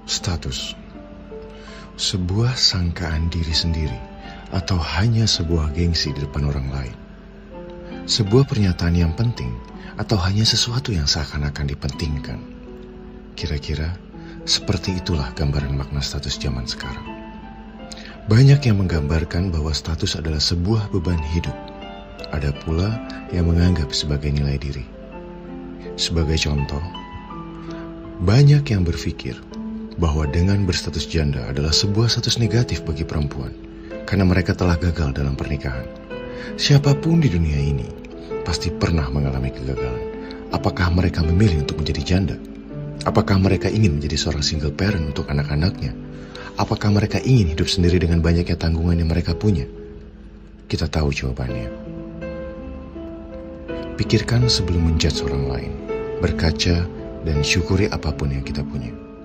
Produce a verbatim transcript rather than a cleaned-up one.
Status, sebuah sangkaan diri sendiri atau hanya sebuah gengsi di depan orang lain. Sebuah pernyataan yang penting atau hanya sesuatu yang seakan-akan dipentingkan. Kira-kira seperti itulah gambaran makna status zaman sekarang. Banyak yang menggambarkan bahwa status adalah sebuah beban hidup. Ada pula yang menganggap sebagai nilai diri. Sebagai contoh, banyak yang berpikir bahwa dengan berstatus janda adalah sebuah status negatif bagi perempuan karena mereka telah gagal dalam pernikahan. Siapapun di dunia ini pasti pernah mengalami kegagalan. Apakah mereka memilih untuk menjadi janda? Apakah mereka ingin menjadi seorang single parent untuk anak-anaknya? Apakah mereka ingin hidup sendiri dengan banyaknya tanggungan yang mereka punya? Kita tahu jawabannya. Pikirkan sebelum menjudge orang lain, berkaca dan syukuri apapun yang kita punya.